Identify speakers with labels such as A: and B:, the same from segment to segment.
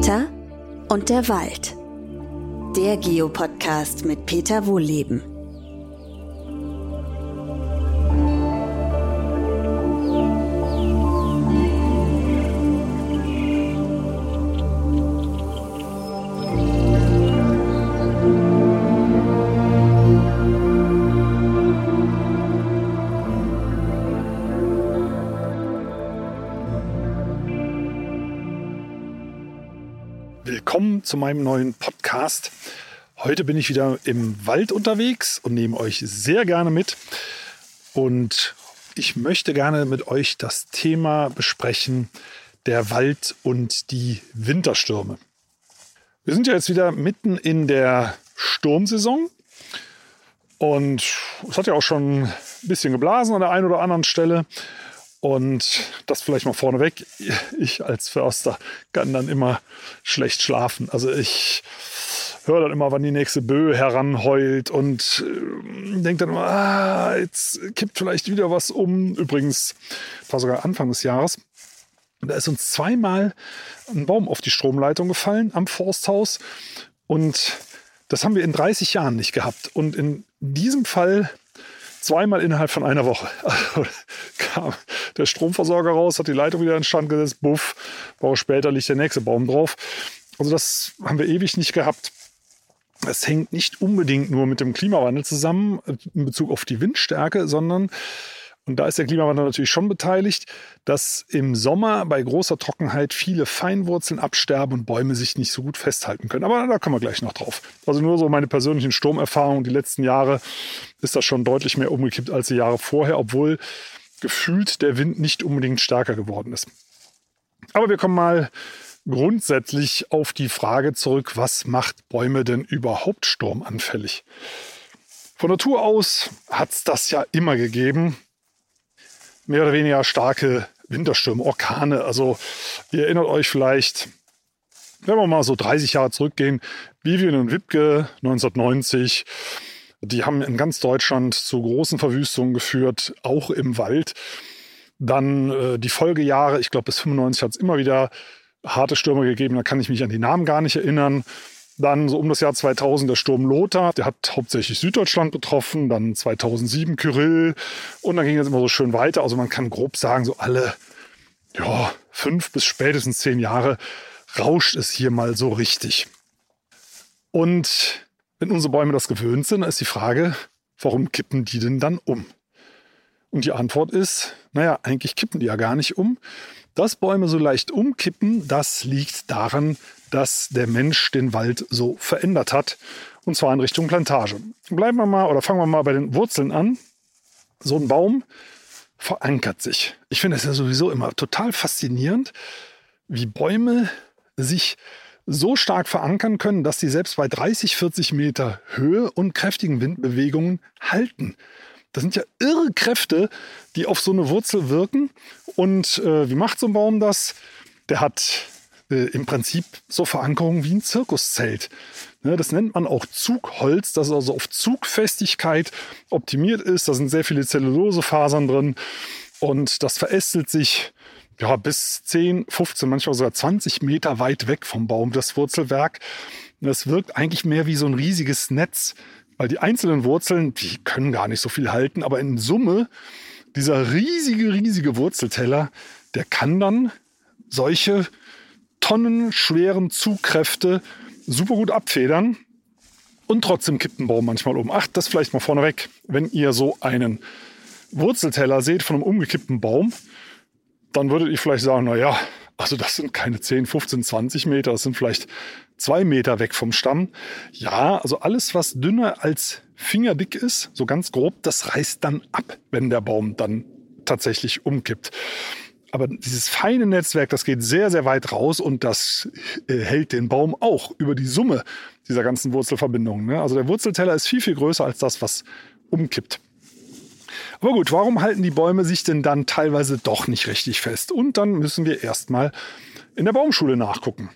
A: Peter und der Wald. Der Geopodcast mit Peter Wohlleben.
B: Willkommen zu meinem neuen Podcast. Heute bin ich wieder im Wald unterwegs und nehme euch sehr gerne mit. Und ich möchte gerne mit euch das Thema besprechen, der Wald und die Winterstürme. Wir sind ja jetzt wieder mitten in der Sturmsaison. Und es hat ja auch schon ein bisschen geblasen an der einen oder anderen Stelle. Und das vielleicht mal vorneweg, ich als Förster kann dann immer schlecht schlafen. Also ich höre dann immer, wann die nächste Böe heranheult und denke dann immer, jetzt kippt vielleicht wieder was um. Übrigens, das war sogar Anfang des Jahres. Da ist uns zweimal ein Baum auf die Stromleitung gefallen am Forsthaus. Und das haben wir in 30 Jahren nicht gehabt. Und in diesem Fall zweimal innerhalb von einer Woche. Also kam der Stromversorger raus, hat die Leitung wieder in Stand gesetzt, buff, eine Woche später liegt der nächste Baum drauf. Also das haben wir ewig nicht gehabt. Es hängt nicht unbedingt nur mit dem Klimawandel zusammen in Bezug auf die Windstärke, sondern, und da ist der Klimawandel natürlich schon beteiligt, dass im Sommer bei großer Trockenheit viele Feinwurzeln absterben und Bäume sich nicht so gut festhalten können. Aber da kommen wir gleich noch drauf. Also nur so meine persönlichen Sturmerfahrungen. Die letzten Jahre ist das schon deutlich mehr umgekippt als die Jahre vorher, obwohl gefühlt der Wind nicht unbedingt stärker geworden ist. Aber wir kommen mal grundsätzlich auf die Frage zurück, was macht Bäume denn überhaupt sturmanfällig? Von Natur aus hat es das ja immer gegeben. Mehr oder weniger starke Winterstürme, Orkane. Also ihr erinnert euch vielleicht, wenn wir mal so 30 Jahre zurückgehen, Vivian und Wiebke 1990, die haben in ganz Deutschland zu großen Verwüstungen geführt, auch im Wald. Dann die Folgejahre, ich glaube bis 95 hat es immer wieder harte Stürme gegeben, da kann ich mich an die Namen gar nicht erinnern. Dann so um das Jahr 2000 der Sturm Lothar, der hat hauptsächlich Süddeutschland betroffen. Dann 2007 Kyrill und dann ging es immer so schön weiter. Also man kann grob sagen, so alle 5 bis spätestens 10 Jahre rauscht es hier mal so richtig. Und wenn unsere Bäume das gewöhnt sind, ist die Frage, warum kippen die denn dann um? Und die Antwort ist, eigentlich kippen die ja gar nicht um. Dass Bäume so leicht umkippen, das liegt daran, dass der Mensch den Wald so verändert hat, und zwar in Richtung Plantage. Fangen wir mal bei den Wurzeln an. So ein Baum verankert sich. Ich finde es ja sowieso immer total faszinierend, wie Bäume sich so stark verankern können, dass sie selbst bei 30, 40 Meter Höhe und kräftigen Windbewegungen halten. Das sind ja irre Kräfte, die auf so eine Wurzel wirken. Und wie macht so ein Baum das? Der hat im Prinzip so Verankerungen wie ein Zirkuszelt. Das nennt man auch Zugholz, das also auf Zugfestigkeit optimiert ist. Da sind sehr viele Zellulosefasern drin und das verästelt sich bis 10, 15, manchmal sogar 20 Meter weit weg vom Baum, das Wurzelwerk. Das wirkt eigentlich mehr wie so ein riesiges Netz, weil die einzelnen Wurzeln, die können gar nicht so viel halten, aber in Summe, dieser riesige Wurzelteller, der kann dann solche tonnenschweren Zugkräfte super gut abfedern und trotzdem kippt ein Baum manchmal um. Das vielleicht mal vorneweg, wenn ihr so einen Wurzelteller seht von einem umgekippten Baum, dann würdet ihr vielleicht sagen, also das sind keine 10, 15, 20 Meter, das sind vielleicht 2 Meter weg vom Stamm. Ja, also alles, was dünner als fingerdick ist, so ganz grob, das reißt dann ab, wenn der Baum dann tatsächlich umkippt. Aber dieses feine Netzwerk, das geht sehr, sehr weit raus und das hält den Baum auch über die Summe dieser ganzen Wurzelverbindungen. Also der Wurzelteller ist viel, viel größer als das, was umkippt. Aber gut, warum halten die Bäume sich denn dann teilweise doch nicht richtig fest? Und dann müssen wir erstmal in der Baumschule nachgucken.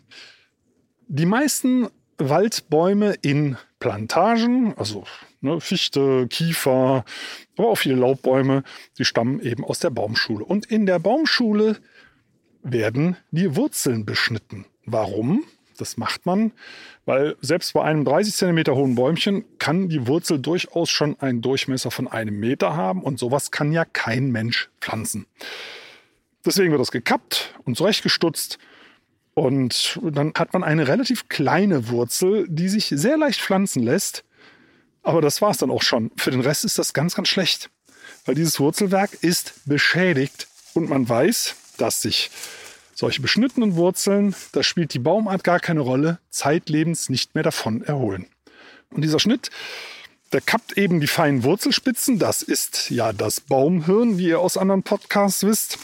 B: Die meisten Waldbäume in Plantagen, also Fichte, Kiefer, aber auch viele Laubbäume, die stammen eben aus der Baumschule. Und in der Baumschule werden die Wurzeln beschnitten. Warum? Das macht man, weil selbst bei einem 30 cm hohen Bäumchen kann die Wurzel durchaus schon einen Durchmesser von 1 Meter haben und sowas kann ja kein Mensch pflanzen. Deswegen wird das gekappt und zurechtgestutzt und dann hat man eine relativ kleine Wurzel, die sich sehr leicht pflanzen lässt. Aber das war es dann auch schon. Für den Rest ist das ganz, ganz schlecht, weil dieses Wurzelwerk ist beschädigt und man weiß, dass sich solche beschnittenen Wurzeln, da spielt die Baumart gar keine Rolle, zeitlebens nicht mehr davon erholen. Und dieser Schnitt, der kappt eben die feinen Wurzelspitzen. Das ist ja das Baumhirn, wie ihr aus anderen Podcasts wisst.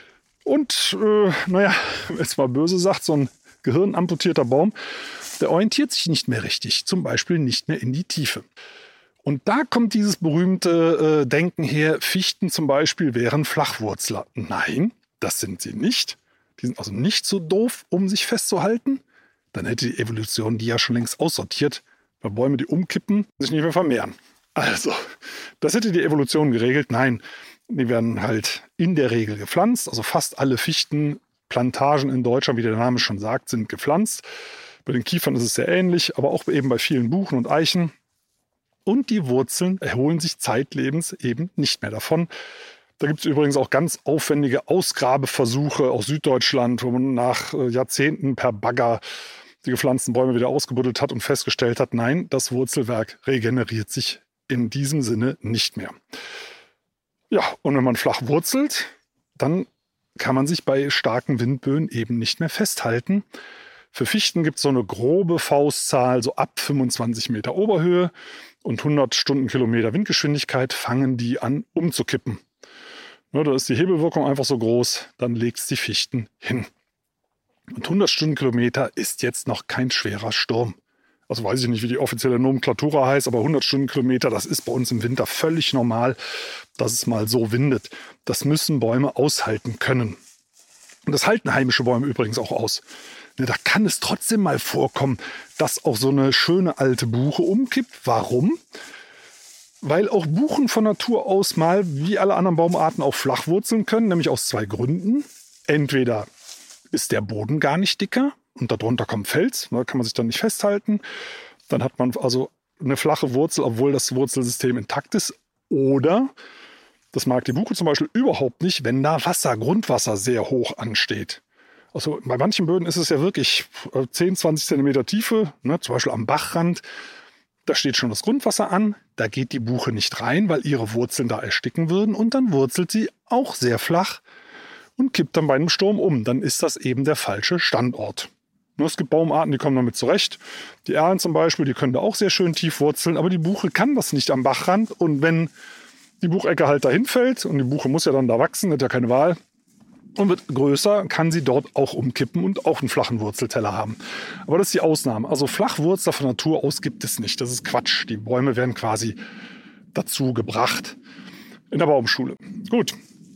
B: Und jetzt mal böse sagt, so ein gehirnamputierter Baum, der orientiert sich nicht mehr richtig, zum Beispiel nicht mehr in die Tiefe. Und da kommt dieses berühmte Denken her, Fichten zum Beispiel wären Flachwurzler. Nein, das sind sie nicht. Die sind also nicht so doof, um sich festzuhalten. Dann hätte die Evolution die ja schon längst aussortiert, weil Bäume, die umkippen, sich nicht mehr vermehren. Also, das hätte die Evolution geregelt. Nein, die werden halt in der Regel gepflanzt. Also fast alle Fichtenplantagen in Deutschland, wie der Name schon sagt, sind gepflanzt. Bei den Kiefern ist es sehr ähnlich, aber auch eben bei vielen Buchen und Eichen. Und die Wurzeln erholen sich zeitlebens eben nicht mehr davon. Da gibt es übrigens auch ganz aufwendige Ausgrabeversuche aus Süddeutschland, wo man nach Jahrzehnten per Bagger die gepflanzten Bäume wieder ausgebuddelt hat und festgestellt hat, nein, das Wurzelwerk regeneriert sich in diesem Sinne nicht mehr. Ja, und wenn man flach wurzelt, dann kann man sich bei starken Windböen eben nicht mehr festhalten. Für Fichten gibt es so eine grobe Faustzahl, so ab 25 Meter Oberhöhe und 100 Stundenkilometer Windgeschwindigkeit fangen die an umzukippen. Ja, da ist die Hebelwirkung einfach so groß, dann legt es die Fichten hin. Und 100 Stundenkilometer ist jetzt noch kein schwerer Sturm. Also weiß ich nicht, wie die offizielle Nomenklatura heißt, aber 100 Stundenkilometer, das ist bei uns im Winter völlig normal, dass es mal so windet. Das müssen Bäume aushalten können. Und das halten heimische Bäume übrigens auch aus. Da kann es trotzdem mal vorkommen, dass auch so eine schöne alte Buche umkippt. Warum? Weil auch Buchen von Natur aus mal, wie alle anderen Baumarten, auch flach wurzeln können, nämlich aus 2 Gründen. Entweder ist der Boden gar nicht dicker und darunter kommt Fels, da kann man sich dann nicht festhalten. Dann hat man also eine flache Wurzel, obwohl das Wurzelsystem intakt ist. Oder, das mag die Buche zum Beispiel überhaupt nicht, wenn da Grundwasser sehr hoch ansteht. Also bei manchen Böden ist es ja wirklich 10, 20 Zentimeter Tiefe, zum Beispiel am Bachrand. Da steht schon das Grundwasser an, da geht die Buche nicht rein, weil ihre Wurzeln da ersticken würden und dann wurzelt sie auch sehr flach und kippt dann bei einem Sturm um. Dann ist das eben der falsche Standort. Nur es gibt Baumarten, die kommen damit zurecht. Die Erlen zum Beispiel, die können da auch sehr schön tief wurzeln, aber die Buche kann das nicht am Bachrand. Und wenn die Buchecke halt dahin fällt und die Buche muss ja dann da wachsen, hat ja keine Wahl, und wird größer, kann sie dort auch umkippen und auch einen flachen Wurzelteller haben. Aber das ist die Ausnahme. Also Flachwurzler von Natur aus gibt es nicht. Das ist Quatsch. Die Bäume werden quasi dazu gebracht in der Baumschule. Gut.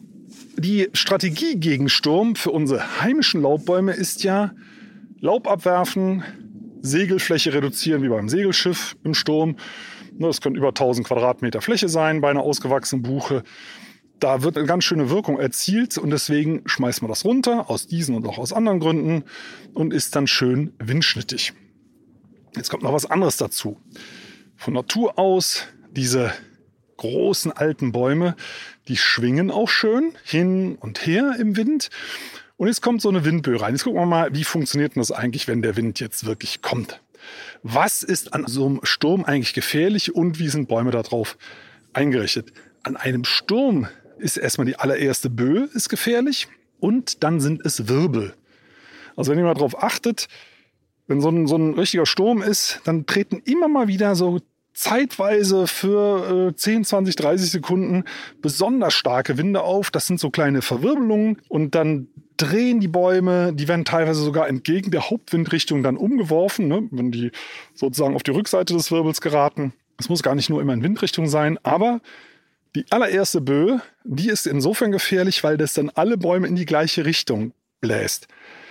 B: Die Strategie gegen Sturm für unsere heimischen Laubbäume ist ja Laub abwerfen, Segelfläche reduzieren wie beim Segelschiff im Sturm. Das können über 1000 Quadratmeter Fläche sein bei einer ausgewachsenen Buche. Da wird eine ganz schöne Wirkung erzielt und deswegen schmeißt man das runter, aus diesen und auch aus anderen Gründen und ist dann schön windschnittig. Jetzt kommt noch was anderes dazu. Von Natur aus, diese großen alten Bäume, die schwingen auch schön hin und her im Wind. Und jetzt kommt so eine Windböe rein. Jetzt gucken wir mal, wie funktioniert denn das eigentlich, wenn der Wind jetzt wirklich kommt. Was ist an so einem Sturm eigentlich gefährlich und wie sind Bäume darauf eingerichtet? An einem Sturm ist erstmal die allererste Böe ist gefährlich und dann sind es Wirbel. Also wenn ihr mal drauf achtet, wenn so ein richtiger Sturm ist, dann treten immer mal wieder so zeitweise für 10, 20, 30 Sekunden besonders starke Winde auf. Das sind so kleine Verwirbelungen und dann drehen die Bäume, die werden teilweise sogar entgegen der Hauptwindrichtung dann umgeworfen, wenn die sozusagen auf die Rückseite des Wirbels geraten. Es muss gar nicht nur immer in Windrichtung sein, aber die allererste Böe, die ist insofern gefährlich, weil das dann alle Bäume in die gleiche Richtung bläst.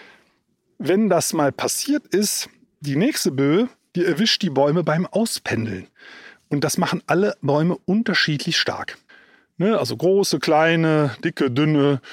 B: Wenn das mal passiert ist, die nächste Böe, die erwischt die Bäume beim Auspendeln. Und das machen alle Bäume unterschiedlich stark. Also große, kleine, dicke, dünne,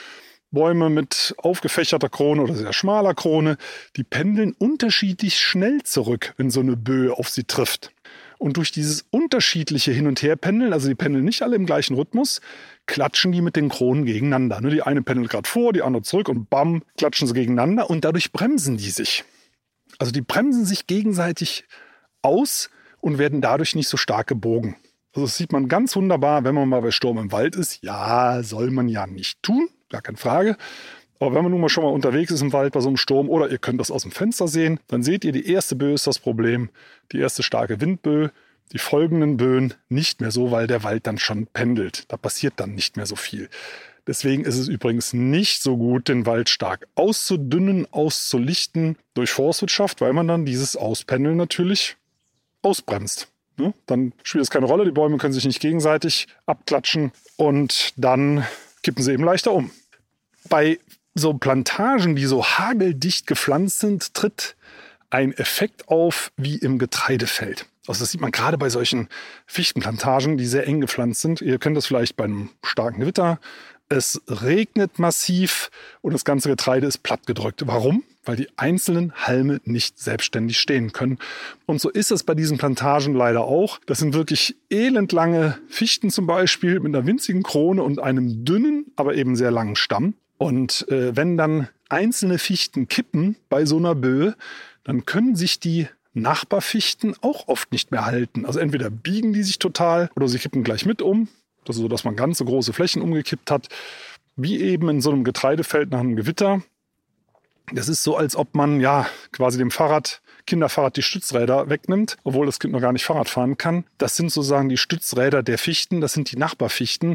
B: Bäume mit aufgefächerter Krone oder sehr schmaler Krone, die pendeln unterschiedlich schnell zurück, wenn so eine Böe auf sie trifft. Und durch dieses unterschiedliche Hin- und Herpendeln, also die pendeln nicht alle im gleichen Rhythmus, klatschen die mit den Kronen gegeneinander. Die eine pendelt gerade vor, die andere zurück und bam, klatschen sie gegeneinander und dadurch bremsen die sich. Also die bremsen sich gegenseitig aus und werden dadurch nicht so stark gebogen. Also das sieht man ganz wunderbar, wenn man mal bei Sturm im Wald ist. Ja, soll man ja nicht tun. Gar keine Frage. Aber wenn man nun mal schon mal unterwegs ist im Wald bei so einem Sturm oder ihr könnt das aus dem Fenster sehen, dann seht ihr, die erste Böe ist das Problem. Die erste starke Windböe, die folgenden Böen nicht mehr so, weil der Wald dann schon pendelt. Da passiert dann nicht mehr so viel. Deswegen ist es übrigens nicht so gut, den Wald stark auszudünnen, auszulichten durch Forstwirtschaft, weil man dann dieses Auspendeln natürlich ausbremst. Dann spielt es keine Rolle, die Bäume können sich nicht gegenseitig abklatschen und dann kippen sie eben leichter um. Bei so Plantagen, die so hageldicht gepflanzt sind, tritt ein Effekt auf wie im Getreidefeld. Also das sieht man gerade bei solchen Fichtenplantagen, die sehr eng gepflanzt sind. Ihr kennt das vielleicht bei einem starken Gewitter. Es regnet massiv und das ganze Getreide ist plattgedrückt. Warum? Weil die einzelnen Halme nicht selbstständig stehen können. Und so ist es bei diesen Plantagen leider auch. Das sind wirklich elendlange Fichten zum Beispiel mit einer winzigen Krone und einem dünnen, aber eben sehr langen Stamm. Und wenn dann einzelne Fichten kippen bei so einer Böe, dann können sich die Nachbarfichten auch oft nicht mehr halten. Also entweder biegen die sich total oder sie kippen gleich mit um. Das ist so, dass man ganze große Flächen umgekippt hat, wie eben in so einem Getreidefeld nach einem Gewitter. Das ist so, als ob man ja quasi dem Kinderfahrrad die Stützräder wegnimmt, obwohl das Kind noch gar nicht Fahrrad fahren kann. Das sind sozusagen die Stützräder der Fichten, das sind die Nachbarfichten.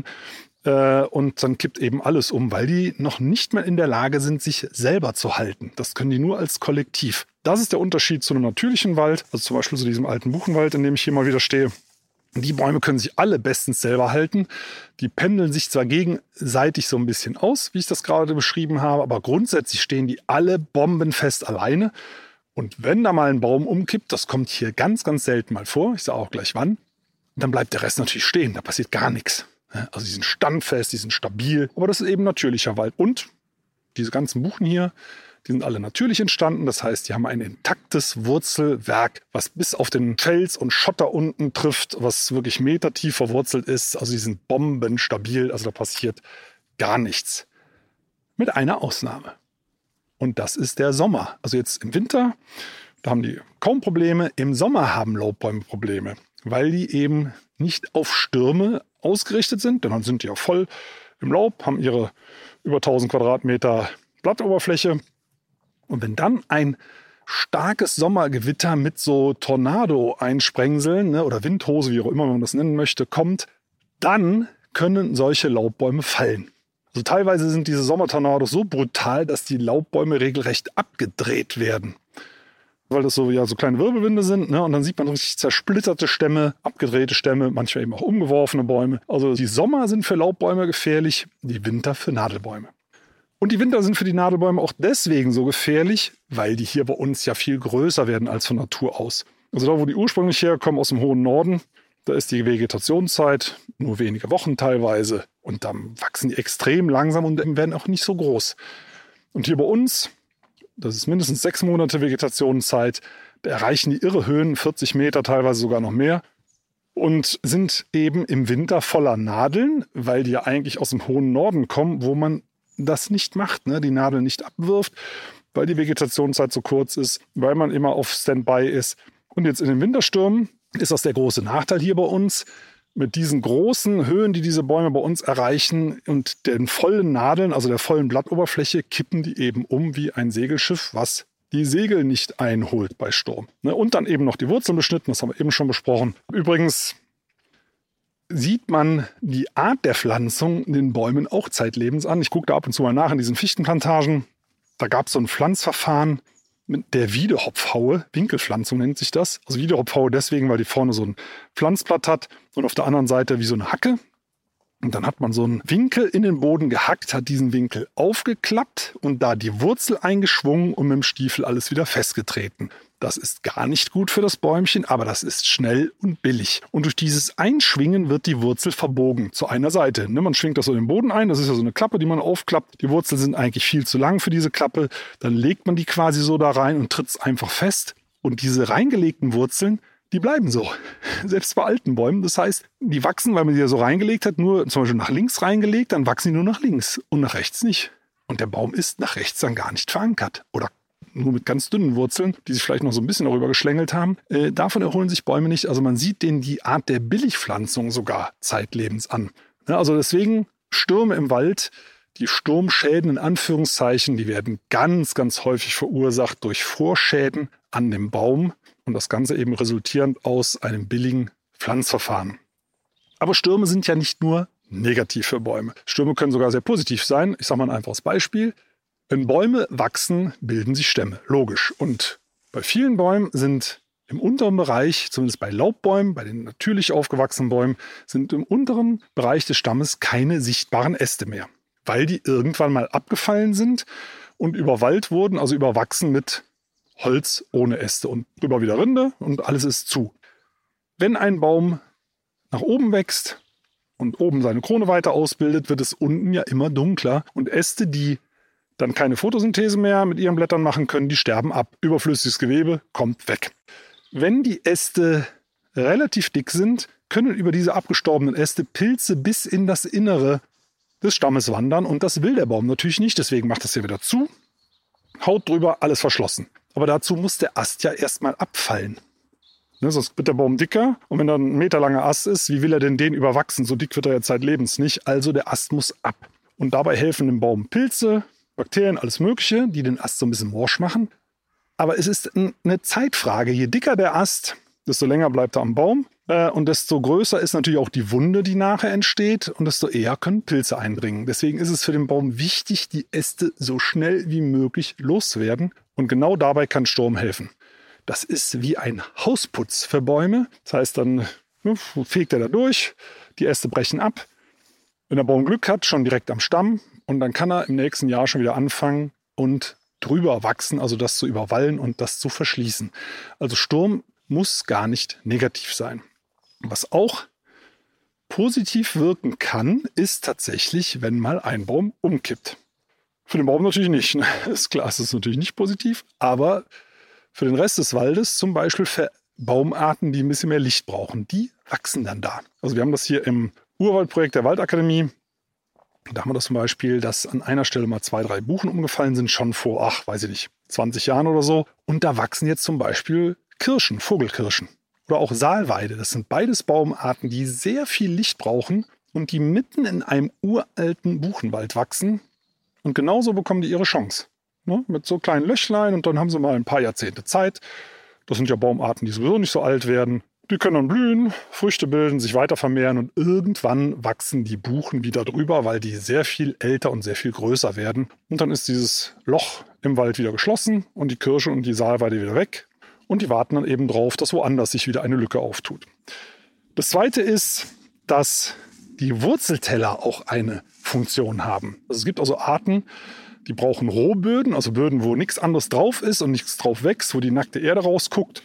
B: Und dann kippt eben alles um, weil die noch nicht mehr in der Lage sind, sich selber zu halten. Das können die nur als Kollektiv. Das ist der Unterschied zu einem natürlichen Wald, also zum Beispiel zu diesem alten Buchenwald, in dem ich hier mal wieder stehe. Die Bäume können sich alle bestens selber halten. Die pendeln sich zwar gegenseitig so ein bisschen aus, wie ich das gerade beschrieben habe, aber grundsätzlich stehen die alle bombenfest alleine. Und wenn da mal ein Baum umkippt, das kommt hier ganz, ganz selten mal vor, ich sage auch gleich wann, dann bleibt der Rest natürlich stehen, da passiert gar nichts. Also die sind standfest, die sind stabil, aber das ist eben natürlicher Wald. Und diese ganzen Buchen hier, die sind alle natürlich entstanden. Das heißt, die haben ein intaktes Wurzelwerk, was bis auf den Fels und Schotter unten trifft, was wirklich metertief verwurzelt ist. Also die sind bombenstabil, also da passiert gar nichts. Mit einer Ausnahme. Und das ist der Sommer. Also jetzt im Winter, da haben die kaum Probleme. Im Sommer haben Laubbäume Probleme, weil die eben nicht auf Stürme ausgerichtet sind. Denn dann sind die ja voll im Laub, haben ihre über 1000 Quadratmeter Blattoberfläche. Und wenn dann ein starkes Sommergewitter mit so Tornado-Einsprengseln oder Windhose, wie auch immer man das nennen möchte, kommt, dann können solche Laubbäume fallen. Also teilweise sind diese Sommertornados so brutal, dass die Laubbäume regelrecht abgedreht werden. Weil das so kleine Wirbelwinde sind, und dann sieht man richtig zersplitterte Stämme, abgedrehte Stämme, manchmal eben auch umgeworfene Bäume. Also die Sommer sind für Laubbäume gefährlich, die Winter für Nadelbäume. Und die Winter sind für die Nadelbäume auch deswegen so gefährlich, weil die hier bei uns ja viel größer werden als von Natur aus. Also da, wo die ursprünglich herkommen, aus dem hohen Norden, da ist die Vegetationszeit nur wenige Wochen teilweise. Und dann wachsen die extrem langsam und werden auch nicht so groß. Und hier bei uns, das ist mindestens 6 Monate Vegetationszeit, da erreichen die irre Höhen, 40 Meter, teilweise sogar noch mehr. Und sind eben im Winter voller Nadeln, weil die ja eigentlich aus dem hohen Norden kommen, wo man das nicht macht, die Nadeln nicht abwirft, weil die Vegetationszeit so kurz ist, weil man immer auf Standby ist. Und jetzt in den Winterstürmen ist das der große Nachteil hier bei uns. Mit diesen großen Höhen, die diese Bäume bei uns erreichen und den vollen Nadeln, also der vollen Blattoberfläche, kippen die eben um wie ein Segelschiff, was die Segel nicht einholt bei Sturm. Und dann eben noch die Wurzeln beschnitten, das haben wir eben schon besprochen. Übrigens sieht man die Art der Pflanzung in den Bäumen auch zeitlebens an. Ich gucke da ab und zu mal nach in diesen Fichtenplantagen. Da gab es so ein Pflanzverfahren mit der Wiedehopfhaue. Winkelpflanzung nennt sich das. Also Wiedehopfhaue deswegen, weil die vorne so ein Pflanzblatt hat und auf der anderen Seite wie so eine Hacke. Und dann hat man so einen Winkel in den Boden gehackt, hat diesen Winkel aufgeklappt und da die Wurzel eingeschwungen und mit dem Stiefel alles wieder festgetreten. Das ist gar nicht gut für das Bäumchen, aber das ist schnell und billig. Und durch dieses Einschwingen wird die Wurzel verbogen zu einer Seite. Man schwingt das so in den Boden ein, das ist ja so eine Klappe, die man aufklappt. Die Wurzeln sind eigentlich viel zu lang für diese Klappe. Dann legt man die quasi so da rein und tritt es einfach fest. Und diese reingelegten Wurzeln, die bleiben so, selbst bei alten Bäumen. Das heißt, die wachsen, weil man die ja so reingelegt hat, nur zum Beispiel nach links reingelegt, dann wachsen die nur nach links und nach rechts nicht. Und der Baum ist nach rechts dann gar nicht verankert oder nur mit ganz dünnen Wurzeln, die sich vielleicht noch so ein bisschen darüber geschlängelt haben. Davon erholen sich Bäume nicht. Also man sieht denen die Art der Billigpflanzung sogar zeitlebens an. Ja, also deswegen Stürme im Wald, die Sturmschäden in Anführungszeichen, die werden ganz, ganz häufig verursacht durch Vorschäden an dem Baum. Und das Ganze eben resultierend aus einem billigen Pflanzverfahren. Aber Stürme sind ja nicht nur negativ für Bäume. Stürme können sogar sehr positiv sein. Ich sage mal ein einfaches Beispiel. Wenn Bäume wachsen, bilden sich Stämme. Logisch. Und bei vielen Bäumen sind im unteren Bereich, zumindest bei Laubbäumen, bei den natürlich aufgewachsenen Bäumen, sind im unteren Bereich des Stammes keine sichtbaren Äste mehr. Weil die irgendwann mal abgefallen sind und überwallt wurden, also überwachsen mit Holz ohne Äste und drüber wieder Rinde und alles ist zu. Wenn ein Baum nach oben wächst und oben seine Krone weiter ausbildet, wird es unten ja immer dunkler und Äste, die dann keine Photosynthese mehr mit ihren Blättern machen können, die sterben ab. Überflüssiges Gewebe kommt weg. Wenn die Äste relativ dick sind, können über diese abgestorbenen Äste Pilze bis in das Innere des Stammes wandern und das will der Baum natürlich nicht, deswegen macht das hier wieder zu, Haut drüber, alles verschlossen. Aber dazu muss der Ast ja erstmal abfallen. Sonst wird der Baum dicker und wenn da ein meterlanger Ast ist, wie will er denn den überwachsen? So dick wird er ja zeitlebens nicht, also der Ast muss ab. Und dabei helfen dem Baum Pilze, Bakterien, alles Mögliche, die den Ast so ein bisschen morsch machen. Aber es ist eine Zeitfrage. Je dicker der Ast, desto länger bleibt er am Baum. Und desto größer ist natürlich auch die Wunde, die nachher entsteht. Und desto eher können Pilze eindringen. Deswegen ist es für den Baum wichtig, die Äste so schnell wie möglich loszuwerden. Und genau dabei kann Sturm helfen. Das ist wie ein Hausputz für Bäume. Das heißt, dann fegt er da durch, die Äste brechen ab. Wenn der Baum Glück hat, schon direkt am Stamm. Und dann kann er im nächsten Jahr schon wieder anfangen und drüber wachsen, also das zu überwallen und das zu verschließen. Also Sturm muss gar nicht negativ sein. Was auch positiv wirken kann, ist tatsächlich, wenn mal ein Baum umkippt. Für den Baum natürlich nicht. Ist klar, es ist natürlich nicht positiv, aber für den Rest des Waldes, zum Beispiel für Baumarten, die ein bisschen mehr Licht brauchen, die wachsen dann da. Also wir haben das hier im Urwaldprojekt der Waldakademie. Da haben wir das zum Beispiel, dass an einer Stelle mal 2, 3 Buchen umgefallen sind, schon vor, 20 Jahren oder so. Und da wachsen jetzt zum Beispiel Kirschen, Vogelkirschen oder auch Salweide. Das sind beides Baumarten, die sehr viel Licht brauchen und die mitten in einem uralten Buchenwald wachsen. Und genauso bekommen die ihre Chance. Mit so kleinen Löchlein und dann haben sie mal ein paar Jahrzehnte Zeit. Das sind ja Baumarten, die sowieso nicht so alt werden. Die können dann blühen, Früchte bilden, sich weiter vermehren und irgendwann wachsen die Buchen wieder drüber, weil die sehr viel älter und sehr viel größer werden. Und dann ist dieses Loch im Wald wieder geschlossen und die Kirsche und die Salweide wieder weg. Und die warten dann eben drauf, dass woanders sich wieder eine Lücke auftut. Das Zweite ist, dass die Wurzelteller auch eine Funktion haben. Also es gibt also Arten, die brauchen Rohböden, also Böden, wo nichts anderes drauf ist und nichts drauf wächst, wo die nackte Erde rausguckt.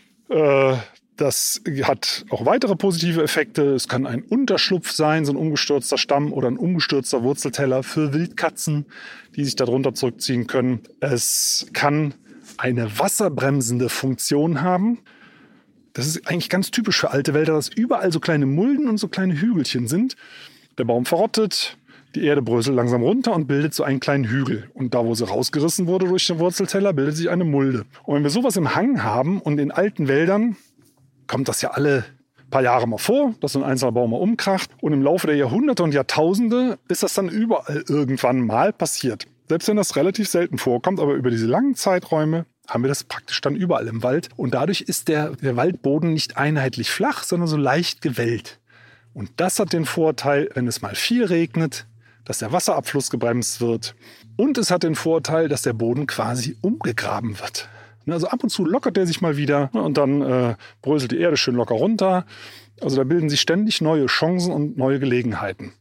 B: Das hat auch weitere positive Effekte. Es kann ein Unterschlupf sein, so ein umgestürzter Stamm oder ein umgestürzter Wurzelteller für Wildkatzen, die sich darunter zurückziehen können. Es kann eine wasserbremsende Funktion haben. Das ist eigentlich ganz typisch für alte Wälder, dass überall so kleine Mulden und so kleine Hügelchen sind. Der Baum verrottet, die Erde bröselt langsam runter und bildet so einen kleinen Hügel. Und da, wo sie rausgerissen wurde durch den Wurzelteller, bildet sich eine Mulde. Und wenn wir sowas im Hang haben und in alten Wäldern, kommt das ja alle paar Jahre mal vor, dass so ein einzelner Baum mal umkracht. Und im Laufe der Jahrhunderte und Jahrtausende ist das dann überall irgendwann mal passiert. Selbst wenn das relativ selten vorkommt, aber über diese langen Zeiträume haben wir das praktisch dann überall im Wald. Und dadurch ist der Waldboden nicht einheitlich flach, sondern so leicht gewellt. Und das hat den Vorteil, wenn es mal viel regnet, dass der Wasserabfluss gebremst wird. Und es hat den Vorteil, dass der Boden quasi umgegraben wird. Also ab und zu lockert der sich mal wieder und dann bröselt die Erde schön locker runter. Also da bilden sich ständig neue Chancen und neue Gelegenheiten.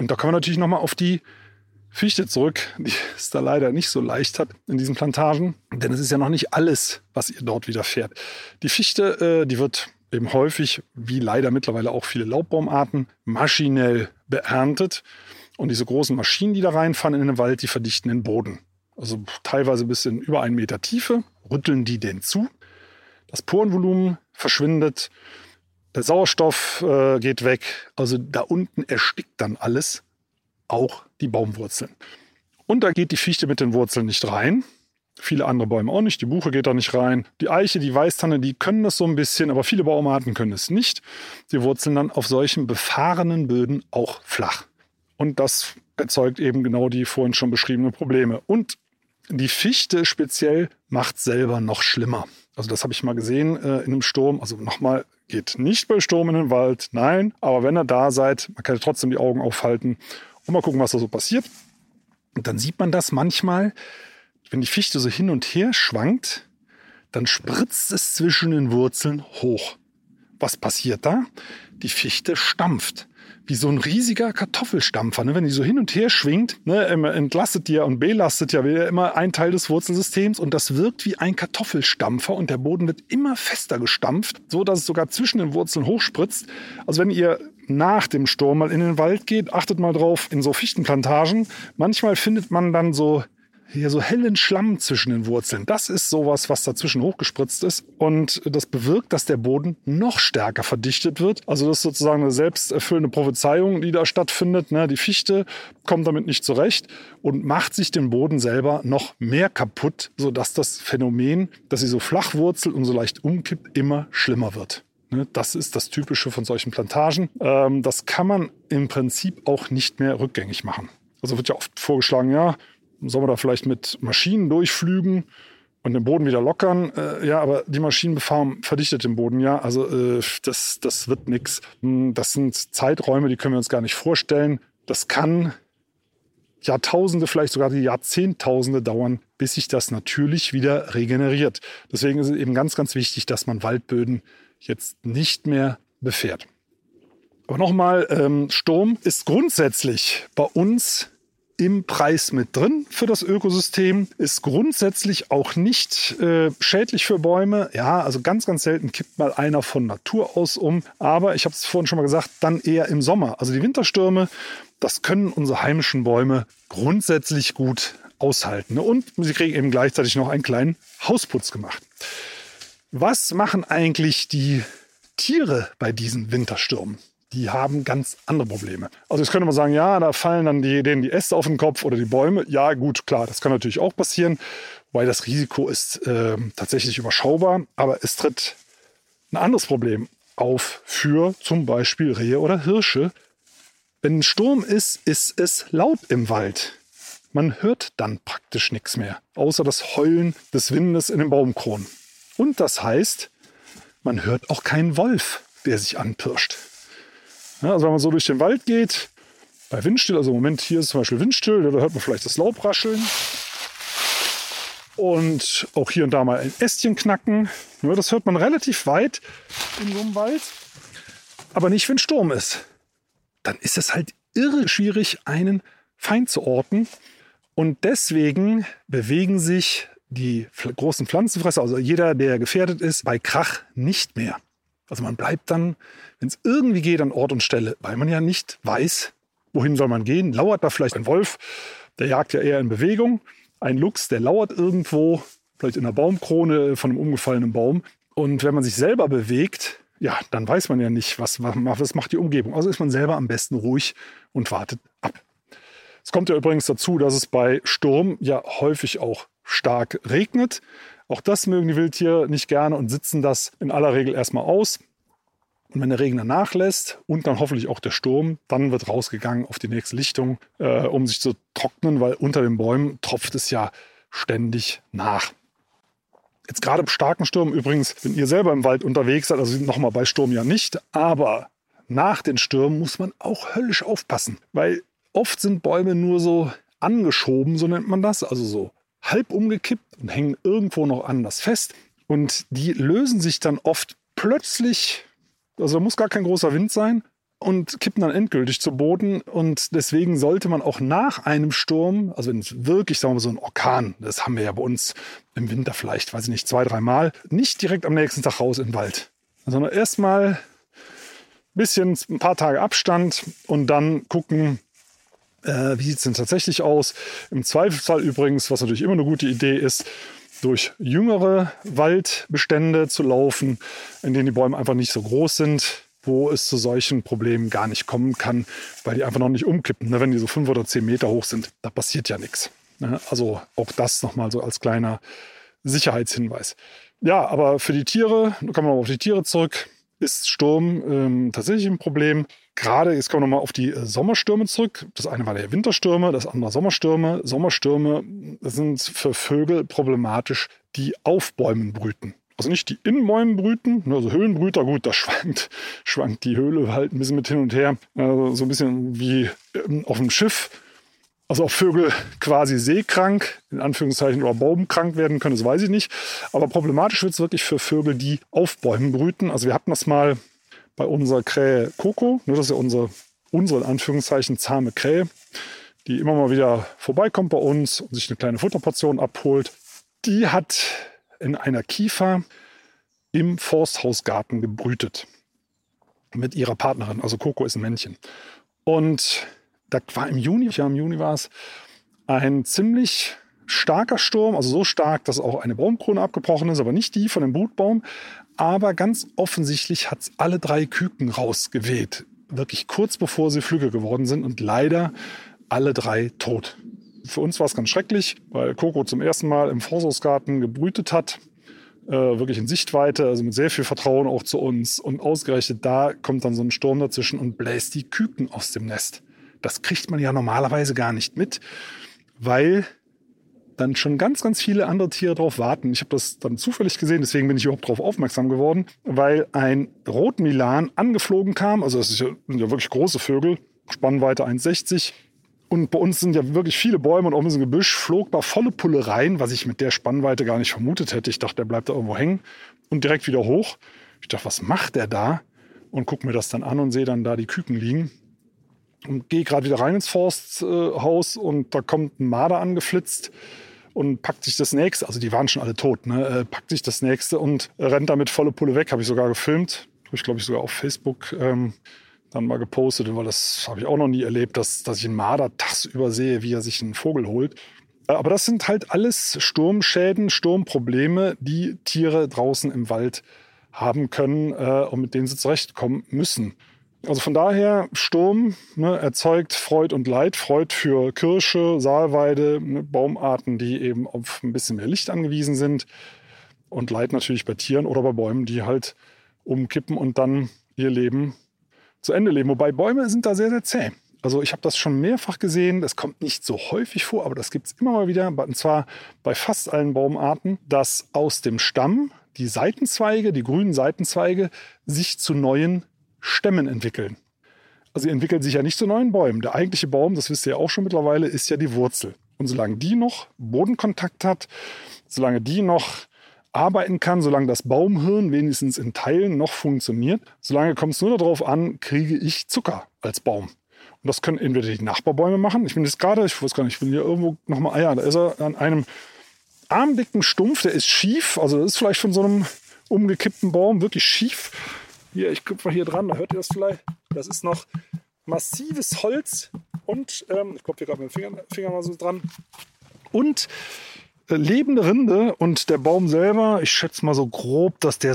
B: Und da kommen wir natürlich nochmal auf die Fichte zurück, die es da leider nicht so leicht hat in diesen Plantagen. Denn es ist ja noch nicht alles, was ihr dort widerfährt. Die Fichte, die wird eben häufig, wie leider mittlerweile auch viele Laubbaumarten, maschinell beerntet. Und diese großen Maschinen, die da reinfahren in den Wald, die verdichten den Boden. Also teilweise bis in über 1 Meter Tiefe, rütteln die den zu. Das Porenvolumen verschwindet, der Sauerstoff geht weg. Also da unten erstickt dann alles, auch die Baumwurzeln. Und da geht die Fichte mit den Wurzeln nicht rein. Viele andere Bäume auch nicht. Die Buche geht da nicht rein. Die Eiche, die Weißtanne, die können das so ein bisschen, aber viele Baumarten können es nicht. Die wurzeln dann auf solchen befahrenen Böden auch flach. Und das erzeugt eben genau die vorhin schon beschriebenen Probleme. Und die Fichte speziell macht selber noch schlimmer. Also das habe ich mal gesehen in einem Sturm. Also nochmal, geht nicht bei Sturm in den Wald. Nein, aber wenn ihr da seid, man kann trotzdem die Augen aufhalten und mal gucken, was da so passiert. Und dann sieht man das manchmal, wenn die Fichte so hin und her schwankt, dann spritzt es zwischen den Wurzeln hoch. Was passiert da? Die Fichte stampft. Wie so ein riesiger Kartoffelstampfer. Ne? Wenn die so hin und her schwingt, ne, entlastet die ja und belastet ja wieder immer ein Teil des Wurzelsystems und das wirkt wie ein Kartoffelstampfer und der Boden wird immer fester gestampft, so dass es sogar zwischen den Wurzeln hochspritzt. Also wenn ihr nach dem Sturm mal in den Wald geht, achtet mal drauf, in so Fichtenplantagen, manchmal findet man dann so hellen Schlamm zwischen den Wurzeln. Das ist sowas, was dazwischen hochgespritzt ist. Und das bewirkt, dass der Boden noch stärker verdichtet wird. Also das ist sozusagen eine selbsterfüllende Prophezeiung, die da stattfindet. Die Fichte kommt damit nicht zurecht und macht sich den Boden selber noch mehr kaputt, sodass das Phänomen, dass sie so flach wurzelt und so leicht umkippt, immer schlimmer wird. Das ist das Typische von solchen Plantagen. Das kann man im Prinzip auch nicht mehr rückgängig machen. Also wird ja oft vorgeschlagen, ja, soll man da vielleicht mit Maschinen durchflügen und den Boden wieder lockern? Ja, aber die Maschinenbefahrung verdichtet den Boden ja. Also das wird nichts. Das sind Zeiträume, die können wir uns gar nicht vorstellen. Das kann Jahrtausende, vielleicht sogar die Jahrzehntausende dauern, bis sich das natürlich wieder regeneriert. Deswegen ist es eben ganz, ganz wichtig, dass man Waldböden jetzt nicht mehr befährt. Aber nochmal, Sturm ist grundsätzlich bei uns im Preis mit drin für das Ökosystem, ist grundsätzlich auch nicht schädlich für Bäume. Ja, also ganz, ganz selten kippt mal einer von Natur aus um. Aber ich habe es vorhin schon mal gesagt, dann eher im Sommer. Also die Winterstürme, das können unsere heimischen Bäume grundsätzlich gut aushalten. Und sie kriegen eben gleichzeitig noch einen kleinen Hausputz gemacht. Was machen eigentlich die Tiere bei diesen Winterstürmen? Die haben ganz andere Probleme. Also jetzt könnte man sagen, ja, da fallen dann denen die Äste auf den Kopf oder die Bäume. Ja gut, klar, das kann natürlich auch passieren, weil das Risiko ist tatsächlich überschaubar. Aber es tritt ein anderes Problem auf für zum Beispiel Rehe oder Hirsche. Wenn ein Sturm ist, ist es laut im Wald. Man hört dann praktisch nichts mehr, außer das Heulen des Windes in den Baumkronen. Und das heißt, man hört auch keinen Wolf, der sich anpirscht. Ja, also wenn man so durch den Wald geht, bei Windstill, also im Moment hier ist zum Beispiel Windstill, da hört man vielleicht das Laub rascheln und auch hier und da mal ein Ästchen knacken. Ja, das hört man relativ weit in so einem Wald, aber nicht, wenn Sturm ist. Dann ist es halt irre schwierig, einen Feind zu orten und deswegen bewegen sich die großen Pflanzenfresser, also jeder, der gefährdet ist, bei Krach nicht mehr. Also man bleibt dann, wenn es irgendwie geht, an Ort und Stelle, weil man ja nicht weiß, wohin soll man gehen. Lauert da vielleicht ein Wolf, der jagt ja eher in Bewegung. Ein Luchs, der lauert irgendwo, vielleicht in der Baumkrone von einem umgefallenen Baum. Und wenn man sich selber bewegt, ja, dann weiß man ja nicht, was macht die Umgebung. Also ist man selber am besten ruhig und wartet ab. Es kommt ja übrigens dazu, dass es bei Sturm ja häufig auch stark regnet. Auch das mögen die Wildtiere nicht gerne und sitzen das in aller Regel erstmal aus. Und wenn der Regen dann nachlässt und dann hoffentlich auch der Sturm, dann wird rausgegangen auf die nächste Lichtung, um sich zu trocknen, weil unter den Bäumen tropft es ja ständig nach. Jetzt gerade im starken Sturm übrigens, wenn ihr selber im Wald unterwegs seid, also nochmal bei Sturm ja nicht, aber nach den Stürmen muss man auch höllisch aufpassen, weil oft sind Bäume nur so angeschoben, so nennt man das, also so halb umgekippt und hängen irgendwo noch anders fest. Und die lösen sich dann oft plötzlich, also da muss gar kein großer Wind sein, und kippen dann endgültig zu Boden. Und deswegen sollte man auch nach einem Sturm, also wenn es wirklich, sagen wir mal, so ein Orkan, das haben wir ja bei uns im Winter vielleicht, weiß ich nicht, 2-3 Mal, nicht direkt am nächsten Tag raus in den Wald, sondern erstmal ein paar Tage Abstand und dann gucken, wie sieht es denn tatsächlich aus. Im Zweifelsfall übrigens, was natürlich immer eine gute Idee ist, durch jüngere Waldbestände zu laufen, in denen die Bäume einfach nicht so groß sind, wo es zu solchen Problemen gar nicht kommen kann, weil die einfach noch nicht umkippen. Wenn die so 5 oder 10 Meter hoch sind, da passiert ja nichts. Also auch das nochmal so als kleiner Sicherheitshinweis. Ja, aber für die Tiere, da kommen wir noch auf die Tiere zurück, ist Sturm tatsächlich ein Problem. Gerade, jetzt kommen wir nochmal auf die Sommerstürme zurück. Das eine war der Winterstürme, das andere Sommerstürme. Sommerstürme sind für Vögel problematisch, die auf Bäumen brüten. Also nicht die in Bäumen brüten, also Höhlenbrüter, gut, da schwankt die Höhle halt ein bisschen mit hin und her. Also so ein bisschen wie auf dem Schiff. Also auch Vögel quasi seekrank, in Anführungszeichen, oder baumkrank werden können, das weiß ich nicht. Aber problematisch wird es wirklich für Vögel, die auf Bäumen brüten. Also wir hatten das mal bei unserer Krähe Coco, das ist ja unsere in Anführungszeichen zahme Krähe, die immer mal wieder vorbeikommt bei uns und sich eine kleine Futterportion abholt. Die hat in einer Kiefer im Forsthausgarten gebrütet mit ihrer Partnerin. Also Coco ist ein Männchen. Und da war im Juni war es, ein ziemlich starker Sturm, also so stark, dass auch eine Baumkrone abgebrochen ist, aber nicht die von dem Brutbaum. Aber ganz offensichtlich hat es alle 3 Küken rausgeweht. Wirklich kurz bevor sie Flügge geworden sind und leider alle 3 tot. Für uns war es ganz schrecklich, weil Coco zum ersten Mal im Forsthausgarten gebrütet hat. Wirklich in Sichtweite, also mit sehr viel Vertrauen auch zu uns. Und ausgerechnet da kommt dann so ein Sturm dazwischen und bläst die Küken aus dem Nest. Das kriegt man ja normalerweise gar nicht mit, weil dann schon ganz, ganz viele andere Tiere drauf warten. Ich habe das dann zufällig gesehen, deswegen bin ich überhaupt darauf aufmerksam geworden, weil ein Rotmilan angeflogen kam. Also das sind ja wirklich große Vögel, Spannweite 1,60. Und bei uns sind ja wirklich viele Bäume und auch ein bisschen Gebüsch, flog da volle Pulle rein, was ich mit der Spannweite gar nicht vermutet hätte. Ich dachte, der bleibt da irgendwo hängen und direkt wieder hoch. Ich dachte, was macht der da? Und gucke mir das dann an und sehe dann da die Küken liegen. Und gehe gerade wieder rein ins Forsthaus und da kommt ein Marder angeflitzt und packt sich das nächste, also die waren schon alle tot, packt sich das nächste und rennt damit volle Pulle weg. Habe ich sogar gefilmt, habe ich glaube ich sogar auf Facebook dann mal gepostet, weil das habe ich auch noch nie erlebt, dass ich einen Marder tagsüber sehe, wie er sich einen Vogel holt. Aber das sind halt alles Sturmschäden, Sturmprobleme, die Tiere draußen im Wald haben können und mit denen sie zurechtkommen müssen. Also von daher, Sturm erzeugt Freud und Leid. Freud für Kirsche, Salweide, Baumarten, die eben auf ein bisschen mehr Licht angewiesen sind. Und Leid natürlich bei Tieren oder bei Bäumen, die halt umkippen und dann ihr Leben zu Ende leben. Wobei Bäume sind da sehr, sehr zäh. Also ich habe das schon mehrfach gesehen. Das kommt nicht so häufig vor, aber das gibt es immer mal wieder. Und zwar bei fast allen Baumarten, dass aus dem Stamm die Seitenzweige, die grünen Seitenzweige, sich zu neuen Stämmen entwickeln. Also sie entwickeln sich ja nicht zu neuen Bäumen. Der eigentliche Baum, das wisst ihr ja auch schon mittlerweile, ist ja die Wurzel. Und solange die noch Bodenkontakt hat, solange die noch arbeiten kann, solange das Baumhirn wenigstens in Teilen noch funktioniert, solange kommt es nur darauf an, kriege ich Zucker als Baum. Und das können entweder die Nachbarbäume machen. Ich bin jetzt gerade, ich weiß gar nicht, ich bin hier irgendwo nochmal, da ist er an einem armdicken Stumpf, der ist schief. Also das ist vielleicht von so einem umgekippten Baum wirklich schief. Hier, ich gucke mal hier dran, da hört ihr das vielleicht. Das ist noch massives Holz und ich klopfe hier gerade mit dem Finger mal so dran. Und lebende Rinde und der Baum selber, ich schätze mal so grob, dass der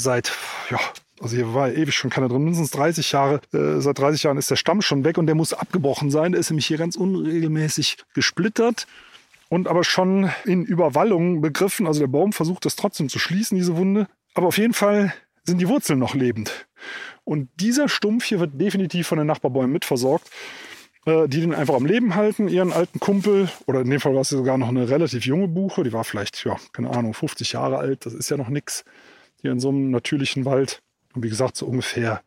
B: also hier war ewig schon keiner drin, mindestens 30 Jahre. Seit 30 Jahren ist der Stamm schon weg und der muss abgebrochen sein. Der ist nämlich hier ganz unregelmäßig gesplittert und aber schon in Überwallung begriffen. Also der Baum versucht das trotzdem zu schließen, diese Wunde. Aber auf jeden Fall sind die Wurzeln noch lebend. Und dieser Stumpf hier wird definitiv von den Nachbarbäumen mitversorgt, die den einfach am Leben halten, ihren alten Kumpel, oder in dem Fall war es sogar noch eine relativ junge Buche, die war vielleicht, 50 Jahre alt, das ist ja noch nichts, hier in so einem natürlichen Wald. Und wie gesagt, so ungefähr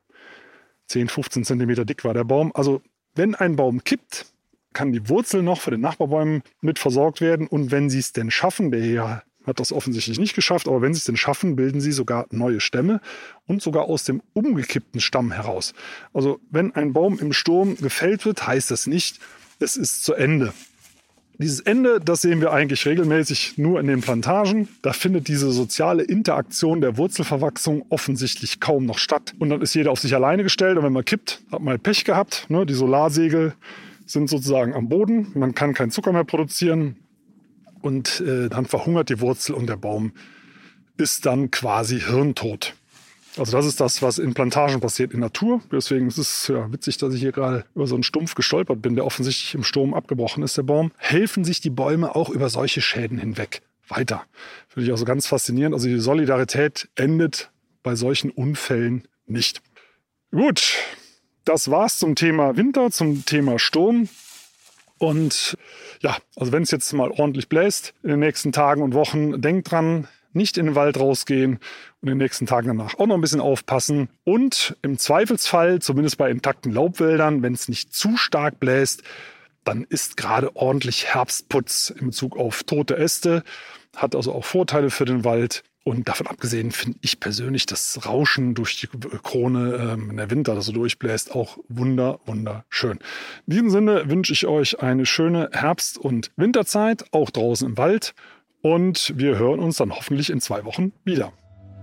B: 10, 15 Zentimeter dick war der Baum. Also wenn ein Baum kippt, kann die Wurzel noch für den Nachbarbäumen mit versorgt werden. Und wenn sie es denn schaffen, der hier hat das offensichtlich nicht geschafft, aber wenn sie es denn schaffen, bilden sie sogar neue Stämme und sogar aus dem umgekippten Stamm heraus. Also wenn ein Baum im Sturm gefällt wird, heißt das nicht, es ist zu Ende. Dieses Ende, das sehen wir eigentlich regelmäßig nur in den Plantagen. Da findet diese soziale Interaktion der Wurzelverwachsung offensichtlich kaum noch statt. Und dann ist jeder auf sich alleine gestellt und wenn man kippt, hat man halt Pech gehabt. Die Solarsegel sind sozusagen am Boden, man kann keinen Zucker mehr produzieren und dann verhungert die Wurzel und der Baum ist dann quasi hirntot. Also das ist das, was in Plantagen passiert in Natur. Deswegen ist es witzig, dass ich hier gerade über so einen Stumpf gestolpert bin, der offensichtlich im Sturm abgebrochen ist, der Baum. Helfen sich die Bäume auch über solche Schäden hinweg weiter. Finde ich auch so ganz faszinierend. Also die Solidarität endet bei solchen Unfällen nicht. Gut, das war's zum Thema Winter, zum Thema Sturm. Und ja, also wenn es jetzt mal ordentlich bläst in den nächsten Tagen und Wochen, denkt dran, nicht in den Wald rausgehen und in den nächsten Tagen danach auch noch ein bisschen aufpassen. Und im Zweifelsfall, zumindest bei intakten Laubwäldern, wenn es nicht zu stark bläst, dann ist gerade ordentlich Herbstputz in Bezug auf tote Äste. Hat also auch Vorteile für den Wald. Und davon abgesehen finde ich persönlich das Rauschen durch die Krone, wenn der Winter das so durchbläst, auch wunderschön. In diesem Sinne wünsche ich euch eine schöne Herbst- und Winterzeit, auch draußen im Wald. Und wir hören uns dann hoffentlich in 2 Wochen wieder.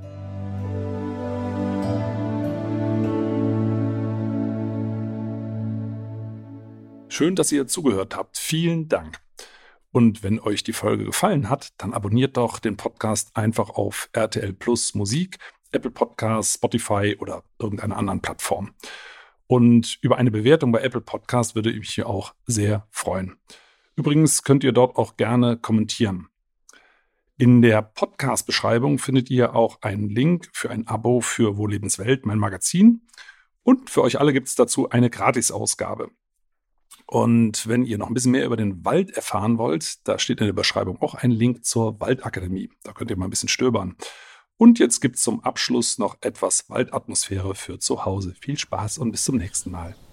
C: Schön, dass ihr zugehört habt. Vielen Dank. Und wenn euch die Folge gefallen hat, dann abonniert doch den Podcast einfach auf RTL Plus Musik, Apple Podcasts, Spotify oder irgendeiner anderen Plattform. Und über eine Bewertung bei Apple Podcasts würde ich mich auch sehr freuen. Übrigens könnt ihr dort auch gerne kommentieren. In der Podcast-Beschreibung findet ihr auch einen Link für ein Abo für Wohllebenswelt, mein Magazin. Und für euch alle gibt es dazu eine Gratisausgabe. Und wenn ihr noch ein bisschen mehr über den Wald erfahren wollt, da steht in der Beschreibung auch ein Link zur Waldakademie. Da könnt ihr mal ein bisschen stöbern. Und jetzt gibt es zum Abschluss noch etwas Waldatmosphäre für zu Hause. Viel Spaß und bis zum nächsten Mal.